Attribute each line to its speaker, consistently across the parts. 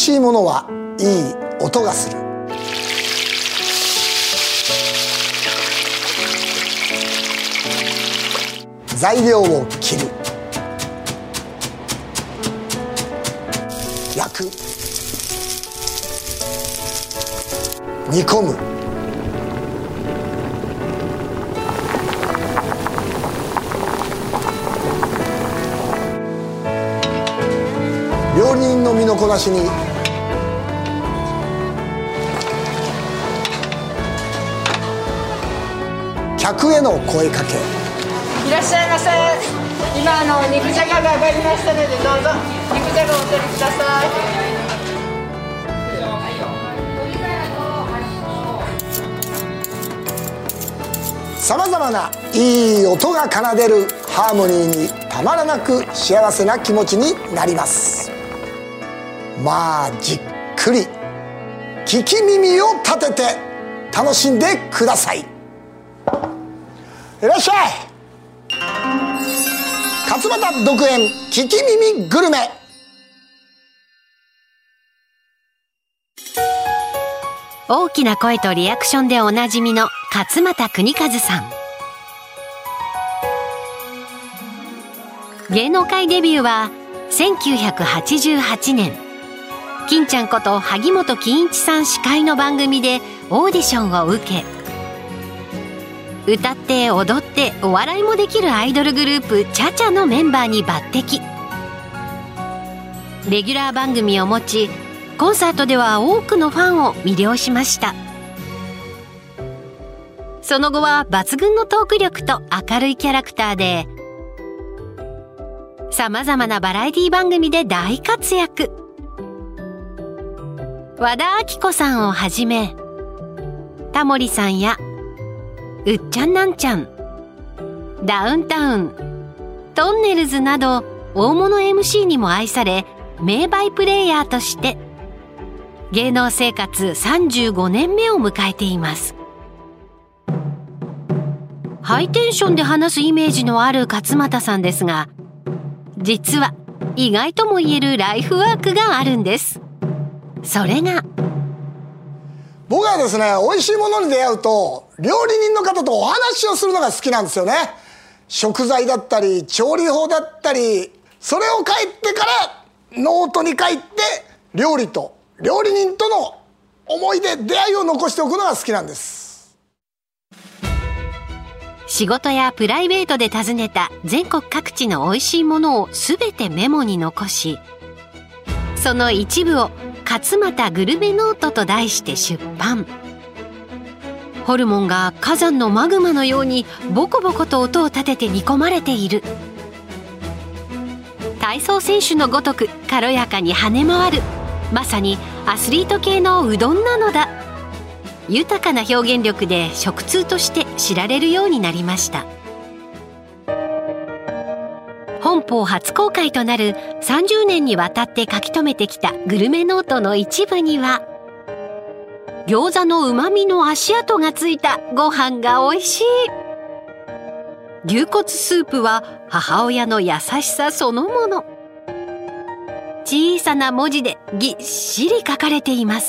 Speaker 1: しいものはいい音がする。材料を切る、焼く、煮込む、料理人の身のこなしに客への声かけ。
Speaker 2: いらっしゃいませ。今肉じゃがが上がりましたので、どうぞ肉じゃがをお取りください。
Speaker 1: さまざまないい音が奏でるハーモニーにたまらなく幸せな気持ちになります。まあじっくり聞き耳を立てて楽しんでください。いらっしゃい。勝俣独演聞き耳グルメ。
Speaker 3: 大きな声とリアクションでおなじみの勝俣州和さん。芸能界デビューは1988年、金ちゃんこと萩本欽一さん司会の番組でオーディションを受け、歌って踊ってお笑いもできるアイドルグループチャチャのメンバーに抜擢。レギュラー番組を持ち、コンサートでは多くのファンを魅了しました。その後は抜群のトーク力と明るいキャラクターでさまざまなバラエティ番組で大活躍。和田アキ子さんをはじめ、タモリさんやうっちゃんなんちゃん、ダウンタウン、トンネルズなど大物 MC にも愛され、名バイプレイヤーとして芸能生活35年目を迎えています。ハイテンションで話すイメージのある勝俣さんですが、実は意外とも言えるライフワークがあるんです。それが、
Speaker 1: 僕はですね、美味しいものに出会うと料理人の方とお話をするのが好きなんですよね。食材だったり調理法だったり、それを帰ってからノートに書いて料理と料理人との思い出、出会いを残しておくのが好きなんです。
Speaker 3: 仕事やプライベートで訪ねた全国各地の美味しいものをすべてメモに残し、その一部を勝俣グルメノートと題して出版。ホルモンが火山のマグマのようにボコボコと音を立てて煮込まれている。体操選手のごとく軽やかに跳ね回る、まさにアスリート系のうどんなのだ。豊かな表現力で食通として知られるようになりました。本邦初公開となる30年にわたって書き留めてきたグルメノートの一部には、餃子の旨味の足跡がついたご飯が美味しい、牛骨スープは母親の優しさそのもの、小さな文字でぎっしり書かれています。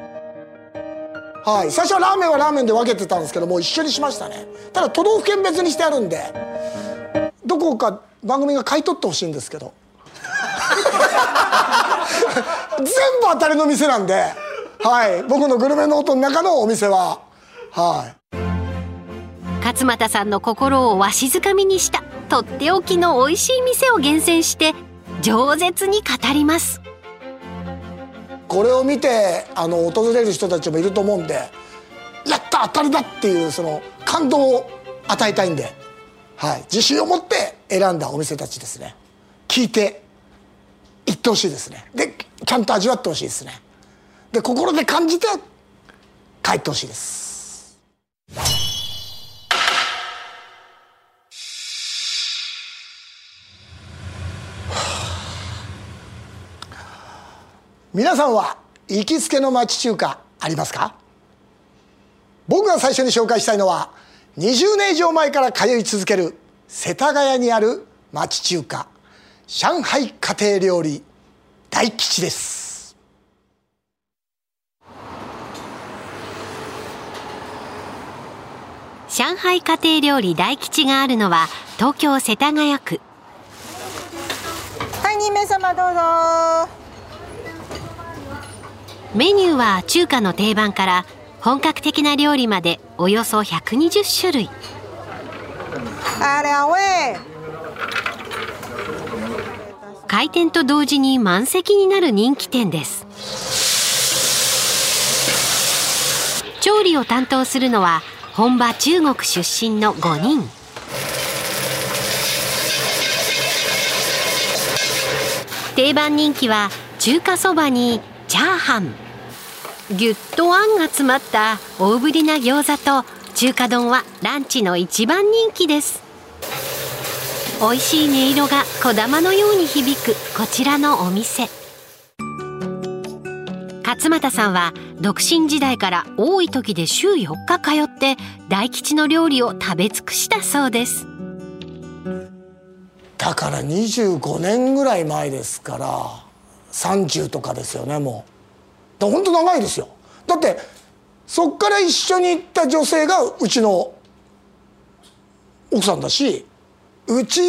Speaker 1: はい、最初はラーメンはラーメンで分けてたんですけども、一緒にしましたね。ただ都道府県別にしてあるんで、どこか番組が買い取ってほしいんですけど全部当たりの店なんで、はい、僕のグルメノートの中のお店は、はい、
Speaker 3: 勝俣さんの心をわしづかみにしたとっておきの美味しい店を厳選して饒舌に語ります。
Speaker 1: これを見て訪れる人たちもいると思うんで、やった当たりだっていうその感動を与えたいんで、はい、自信を持って選んだお店たちですね。聞いて行ってほしいですね。でちゃんと味わってほしいですね。で心で感じて帰ってほしいです。皆さんは行きつけの町中華ありますか？僕が最初に紹介したいのは20年以上前から通い続ける世田谷にある町中華、上海家庭料理大吉です。
Speaker 3: 上海家庭料理大吉があるのは東京世田谷区。
Speaker 2: はい、2名様どうぞ。
Speaker 3: メニューは中華の定番から本格的な料理までおよそ120種類。開店と同時に満席になる人気店です。調理を担当するのは本場中国出身の5人。定番人気は中華そばにチャーハン、ぎゅっとあんが詰まった大ぶりな餃子と中華丼はランチの一番人気です。美味しい音色がこだまのように響くこちらのお店。勝俣さんは独身時代から多い時で週4日通って大吉の料理を食べ尽くしたそうです。
Speaker 1: だから25年ぐらい前ですから30とかですよね。もう本当長いですよ。だってそっから一緒に行った女性がうちの奥さんだし、うち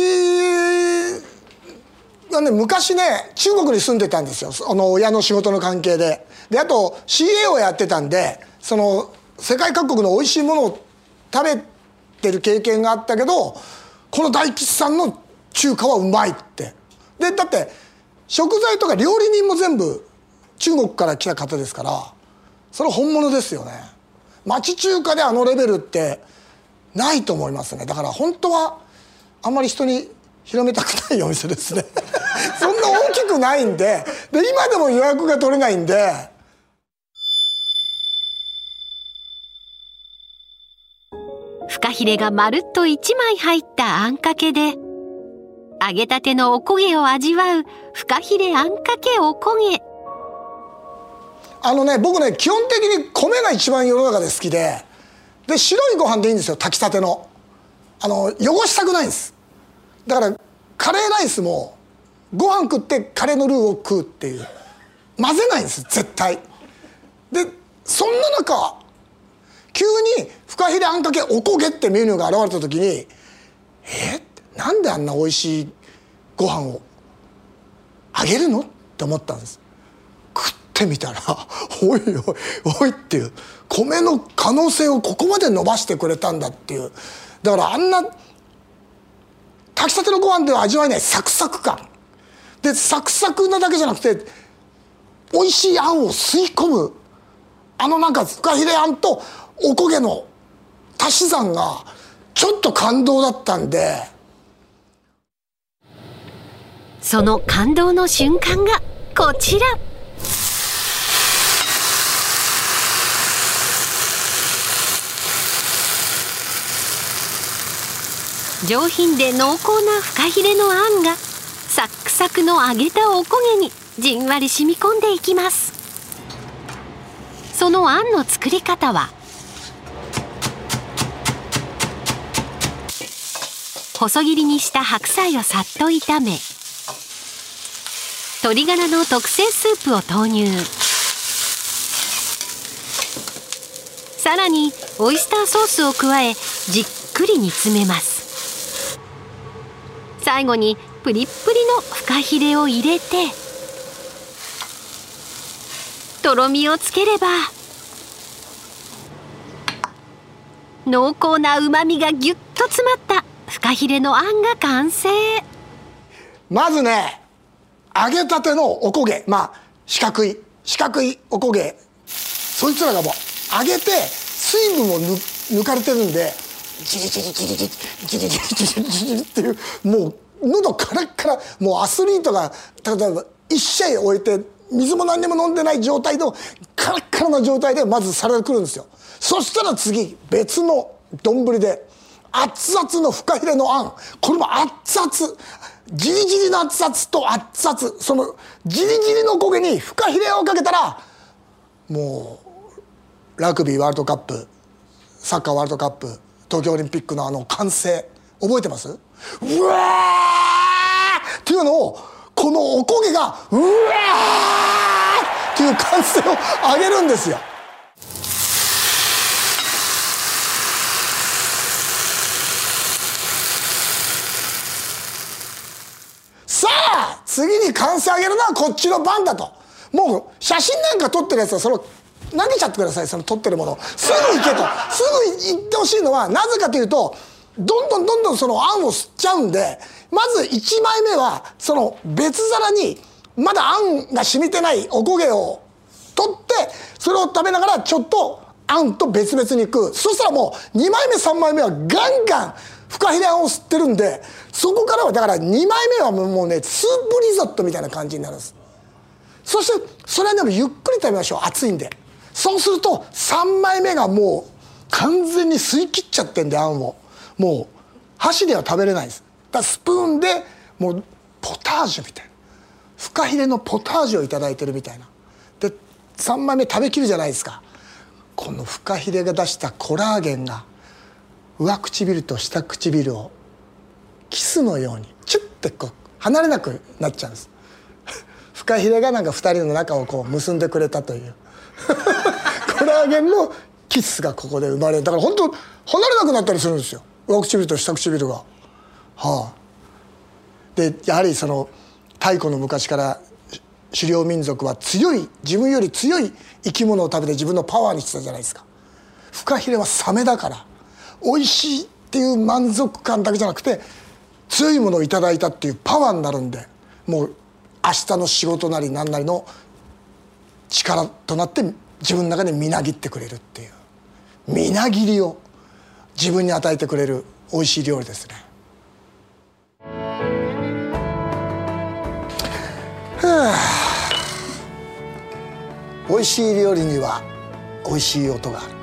Speaker 1: がね昔ね中国に住んでたんですよ、親の仕事の関係で。であと CA をやってたんで、その世界各国の美味しいものを食べてる経験があったけど、この大吉さんの中華はうまいって。でだって食材とか料理人も全部中国から来た方ですから、それは本物ですよね。町中華であのレベルってないと思いますね。だから本当はあんまり人に広めたくないお店ですねそんな大きくないんで、今でも予約が取れないんで。
Speaker 3: フカヒレがまるっと1枚入ったあんかけで、揚げたてのおこげを味わうフカヒレあんかけおこげ。
Speaker 1: 僕ね基本的に米が一番世の中で好きで、白いご飯でいいんですよ、炊きたての。汚したくないんです。だからカレーライスもご飯食ってカレーのルーを食うっていう、混ぜないんです絶対。でそんな中急にフカヒレあんかけおこげってメニューが現れた時になんであんな美味しいご飯をあげるのって思ったんです。食ってみたらおいおいおいっていう、米の可能性をここまで伸ばしてくれたんだっていう。だからあんな炊きたてのご飯では味わえないサクサク感で、サクサクなだけじゃなくて美味しいあんを吸い込む、なんかフカヒレあんとおこげの足し算がちょっと感動だったんで。
Speaker 3: その感動の瞬間がこちら。上品で濃厚なフカヒレのあんがサックサクの揚げたおこげにじんわり染み込んでいきます。そのあんの作り方は、細切りにした白菜をさっと炒め、鶏ガラの特製スープを投入。さらにオイスターソースを加えじっくり煮詰めます。最後にプリップリのフカヒレを入れてとろみをつければ、濃厚なうまみがぎゅっと詰まったフカヒレのあんが完成。
Speaker 1: まずね揚げたてのおこげ、四角いおこげ、そいつらがもう揚げて水分を抜かれてるんで、ジリジリジリジリジリジリジリジリっていう、もう喉カラッカラ、もうアスリートが例えば1試合終えて水も何にも飲んでない状態のカラッカラな状態でまず皿が来るんですよ。そしたら次別の丼で熱々のフカヒレのあん、これも熱々、ジリジリの熱々と熱々、そのジリジリの焦げにフカヒレをかけたら、もうラグビーワールドカップ、サッカーワールドカップ、東京オリンピックの歓声覚えてます？うわーっていうのを、このおこげがうわーっていう歓声を上げるんですよ。 次に完成あげるのはこっちの番だと。もう写真なんか撮ってるやつはその投げちゃってください。その撮ってるものすぐ行けと。すぐ行ってほしいのはなぜかというと、どんどんそのあんを吸っちゃうんで、まず1枚目はその別皿にまだあんが染みてないおこげを取って、それを食べながらちょっとあんと別々に食う。そしたらもう2枚目3枚目はガンガンフカヒレあんを吸ってるんで、そこからはだから2枚目はもうねスープリゾットみたいな感じになるんです。そしてそれはでもゆっくり食べましょう、熱いんで。そうすると3枚目がもう完全に吸い切っちゃってんで、あんをもう箸では食べれないです。だからスプーンでもうポタージュみたいな、フカヒレのポタージュをいただいてるみたいな。で3枚目食べきるじゃないですか。このフカヒレが出したコラーゲンが上唇と下唇をキスのようにチュッてこう離れなくなっちゃうんです。フカヒレがなんか2人の中をこう結んでくれたというコラーゲンのキスがここで生まれる。だから本当離れなくなったりするんですよ、上唇と下唇が。でやはりその太古の昔から狩猟民族は強い、自分より強い生き物を食べて自分のパワーにしてたじゃないですか。フカヒレはサメだから美味しいっていう満足感だけじゃなくて、強いものをいただいたっていうパワーになるんで、もう明日の仕事なり何なりの力となって自分の中でみなぎってくれるっていう、みなぎりを自分に与えてくれる美味しい料理ですね。美味しい料理には美味しい音がある。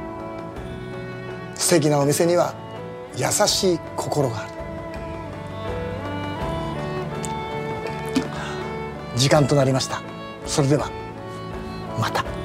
Speaker 1: 素敵なお店には優しい心がある。時間となりました。それではまた。